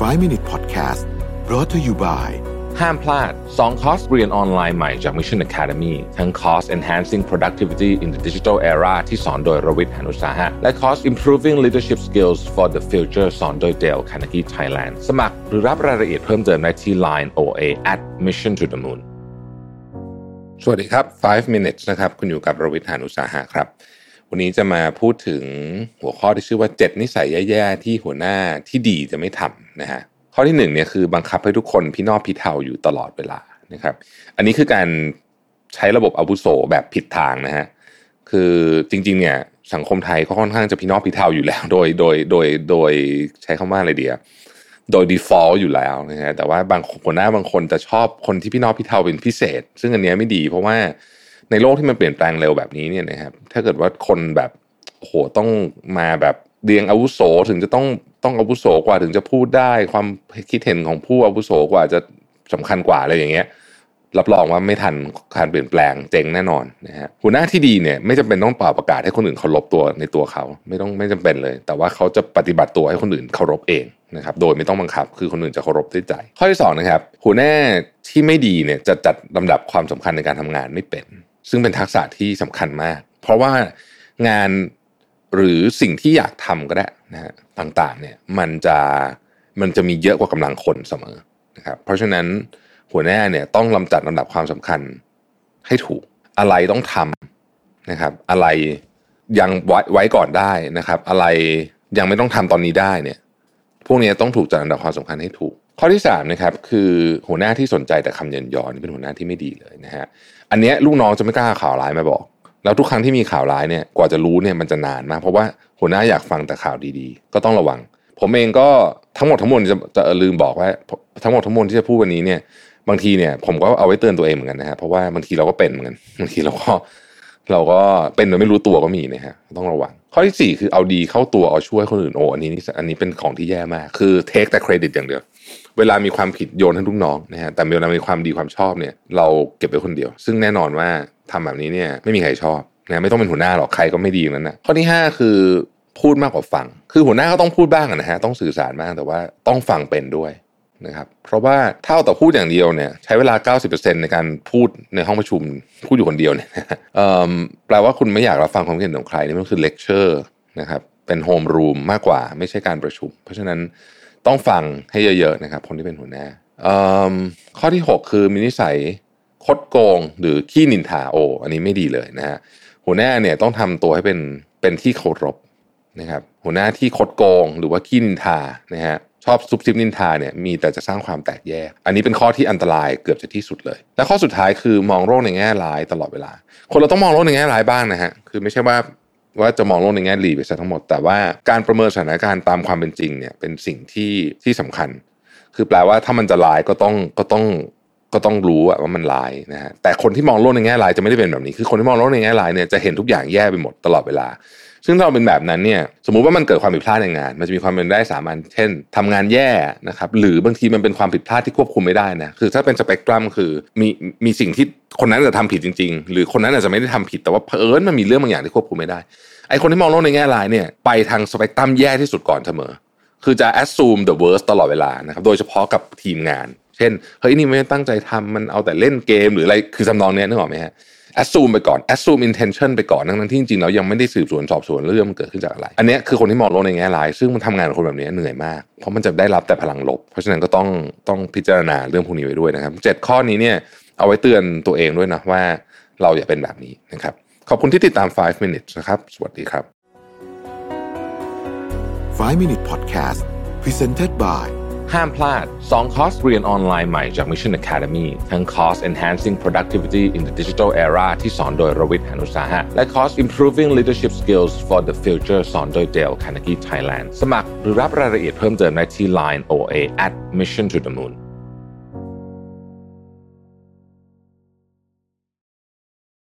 5 Minute Podcast brought to you by ห้ามพลาด2คอร์สเรียนออนไลน์ใหม่จาก Mission Academy ทั้งคอร์ส Enhancing Productivity in the Digital Era ที่สอนโดยรวิทย์ หาญอุตสาหะและคอร์ส Improving Leadership Skills for the Future สอนโดย Dale Carnegie Thailand สมัครหรือรับรายละเอียดเพิ่มเติมได้ที่ Line OA @Mission to the Moon สวัสดีครับ5 minutes นะครับคุณอยู่กับรวิทย์ หาญอุตสาหะครับวันนี้จะมาพูดถึงหัวข้อที่ชื่อว่า7นิสัยแย่ๆที่หัวหน้าที่ดีจะไม่ทำนะฮะข้อที่1เนี่ยคือบังคับให้ทุกคนพี่นอบพี่เทาอยู่ตลอดเวลานะครับอันนี้คือการใช้ระบบอาวุโสแบบผิดทางนะฮะคือจริงๆเนี่ยสังคมไทยก็ค่อนข้างจะพี่นอบพี่เทาอยู่แล้วโดยใช้คำว่าอะไรดีอะโดย default อยู่แล้วนะฮะแต่ว่าบางหัวหน้าบางคนจะชอบคนที่พี่นอบพี่เทาเป็นพิเศษซึ่งอันนี้ไม่ดีเพราะว่าในโลกที่มันเปลี่ยนแปลงเร็วแบบนี้เนี่ยนะครับถ้าเกิดว่าคนแบบโอ้โหต้องมาแบบเรียงอาวุโสถึงจะต้องอาวุโสกว่าถึงจะพูดได้ความคิดเห็นของผู้อาวุโสกว่าจะสำคัญกว่าอะไรอย่างเงี้ยรับรองว่าไม่ทันการเปลี่ยนแปลงเจ๊งแน่นอนนะฮะหัวหน้าที่ดีเนี่ยไม่จำเป็นต้องเป่าประกาศให้คนอื่นเคารพตัวในตัวเขาไม่จำเป็นเลยแต่ว่าเขาจะปฏิบัติตัวให้คนอื่นเคารพเองนะครับโดยไม่ต้องบังคับคือคนอื่นจะเคารพด้วยใจข้อที่2นะครับหัวหน้าที่ไม่ดีเนี่ยจะจัดลำดับความสำคัญในการทำงานไม่เป็นซึ่งเป็นทักษะที่สำคัญมากเพราะว่างานหรือสิ่งที่อยากทำก็ได้นะฮะต่างๆเนี่ยมันจะมีเยอะกว่ากำลังคนเสมอนะครับเพราะฉะนั้นหัวหน้าเนี่ยต้องจัดลำดับความสำคัญให้ถูกอะไรต้องทำนะครับอะไรยังไว้ก่อนได้นะครับอะไรยังไม่ต้องทำตอนนี้ได้เนี่ยพวกนี้ต้องถูกจัดลำดับความสำคัญให้ถูกข้อที่3นะครับคือหัวหน้าที่สนใจแต่คำเยินยอนี่เป็นหัวหน้าที่ไม่ดีเลยนะฮะอันนี้ลูกน้องจะไม่กล้าข่าวร้ายมาบอกแล้วทุกครั้งที่มีข่าวร้ายเนี่ยกว่าจะรู้เนี่ยมันจะนานมากเพราะว่าหัวหน้าอยากฟังแต่ข่าวดีๆก็ต้องระวังผมเองก็ทั้งหมดทั้งมวลจะลืมบอกว่าทั้งหมดทั้งมวลที่จะพูดวันนี้เนี่ยบางทีเนี่ยผมก็เอาไว้เตือนตัวเองเหมือนกันนะฮะเพราะว่าบางทีเราก็เป็นเหมือนกันบางทีเราก็เป็นโดยไม่รู้ตัวก็มีนะฮะต้องระวังข้อที่4คือเอาดีเข้าตัวเอาช่วยคนอื่นอันนี้เป็นของที่แย่มากคือเทคแต่เครดิตอย่างเดียวเวลามีความผิดโยนให้ลูกน้องนะฮะแต่เวลามีความดีความชอบเนี่ยเราเก็บไว้คนเดียวซึ่งแน่นอนว่าทำแบบนี้เนี่ยไม่มีใครชอบนะไม่ต้องเป็นหัวหน้าหรอกใครก็ไม่ดีอย่างนั้นนะข้อที่5คือพูดมากกว่าฟังคือหัวหน้าก็ต้องพูดบ้างนะฮะต้องสื่อสารบ้างแต่ว่าต้องฟังเป็นด้วยนะครับเพราะว่าถ้าเอาแต่พูดอย่างเดียวเนี่ยใช้เวลา 90% ในการพูดในห้องประชุมพูดอยู่คนเดียวเนี่ยแปลว่าคุณไม่อยากรับฟังความคิดเห็นของใครนี่มันคือเลคเชอร์นะครับเป็นโฮมรูมมากกว่าไม่ใช่การประชุมเพราะฉะนั้นต้องฟังให้เยอะๆนะครับคนที่เป็นหัวหน้าข้อที่6คือมีนิสัยคดโกงหรือขี้นินทาอันนี้ไม่ดีเลยนะฮะหัวหน้าเนี่ยต้องทำตัวให้เป็นที่เคารพนะครับหัวหน้าที่คดโกงหรือว่าขี้นินทานะฮะชอบซุบซิบนินทาเนี่ยมีแต่จะสร้างความแตกแยกอันนี้เป็นข้อที่อันตรายเกือบจะที่สุดเลยและข้อสุดท้ายคือมองโลกในแง่ร้ายตลอดเวลาคนเราต้องมองโลกในแง่ร้ายบ้างนะฮะคือไม่ใช่ว่าจะมองโลกในแง่ดีไปซะทั้งหมดแต่ว่าการประเมินสถานการณ์ตามความเป็นจริงเนี่ยเป็นสิ่งที่สำคัญคือแปลว่าถ้ามันจะร้ายก็ต้องรู้ว่ามันร้ายนะฮะแต่คนที่มองโลกในแง่ร้ายจะไม่ได้เป็นแบบนี้คือคนที่มองโลกในแง่ร้ายเนี่ยจะเห็นทุกอย่างแย่ไปหมดตลอดเวลาซึ่งถ้าเราเป็นแบบนั้นเนี่ยสมมุติว่ามันเกิดความผิดพลาดในงานมันจะมีความเป็นได้3อันเช่นทำงานแย่นะครับหรือบางทีมันเป็นความผิดพลาดที่ควบคุมไม่ได้นะคือถ้าเป็นสเปกตรัมคือมีสิ่งที่คนนั้นจะทำผิดจริงๆหรือคนนั้นอาจจะไม่ได้ทำผิดแต่ว่าเผอิญมันมีเรื่องบางอย่างที่ควบคุมไม่ได้ไอ้คนที่มองโลกในแง่ร้ายเนี่ยไปทางสเปกตรัมแย่ที่สุดก่อนเสมอคือจะ assume the worst ตลอดเวลานะครับโดยเฉพาะกับทีมงานเช่นเฮ้ยนี่ไม่ตั้งใจทำมันเอาแต่เล่นเกมหรืออะไรคือทำนองนี้นึกออกไหมฮะassume ไปก่อน assume intention ไปก่อนทั้งที่จริงๆแล้วยังไม่ได้สืบสวนสอบสวนเรื่องมันเกิดขึ้นจากอะไรอันนี้คือคนที่มองโลกในแง่ร้ายซึ่งมันทำงานกับคนแบบนี้เหนื่อยมากเพราะมันจะได้รับแต่พลังลบเพราะฉะนั้นก็ต้องพิจารณาเรื่องพวกนี้ไว้ด้วยนะครับ7ข้อนี้เนี่ยเอาไว้เตือนตัวเองด้วยนะว่าเราอย่าเป็นแบบนี้นะครับขอบคุณที่ติดตาม5 minutes นะครับสวัสดีครับ 5 Minute Podcast Presented by ห้ามพลาด2คอร์สเรียนออนไลน์ใหม่จาก Mission Academy ทั้งคอร์ส Enhancing Productivity in the Digital Era ที่สอนโดยรวิทย์ หาญอุตสาหะและคอร์ส Improving Leadership Skills for the Future สอนโดย Dale Carnegie Thailand สมัครหรือรับรายละเอียดเพิ่มเติมได้ที่ Line OA @Mission to the Moon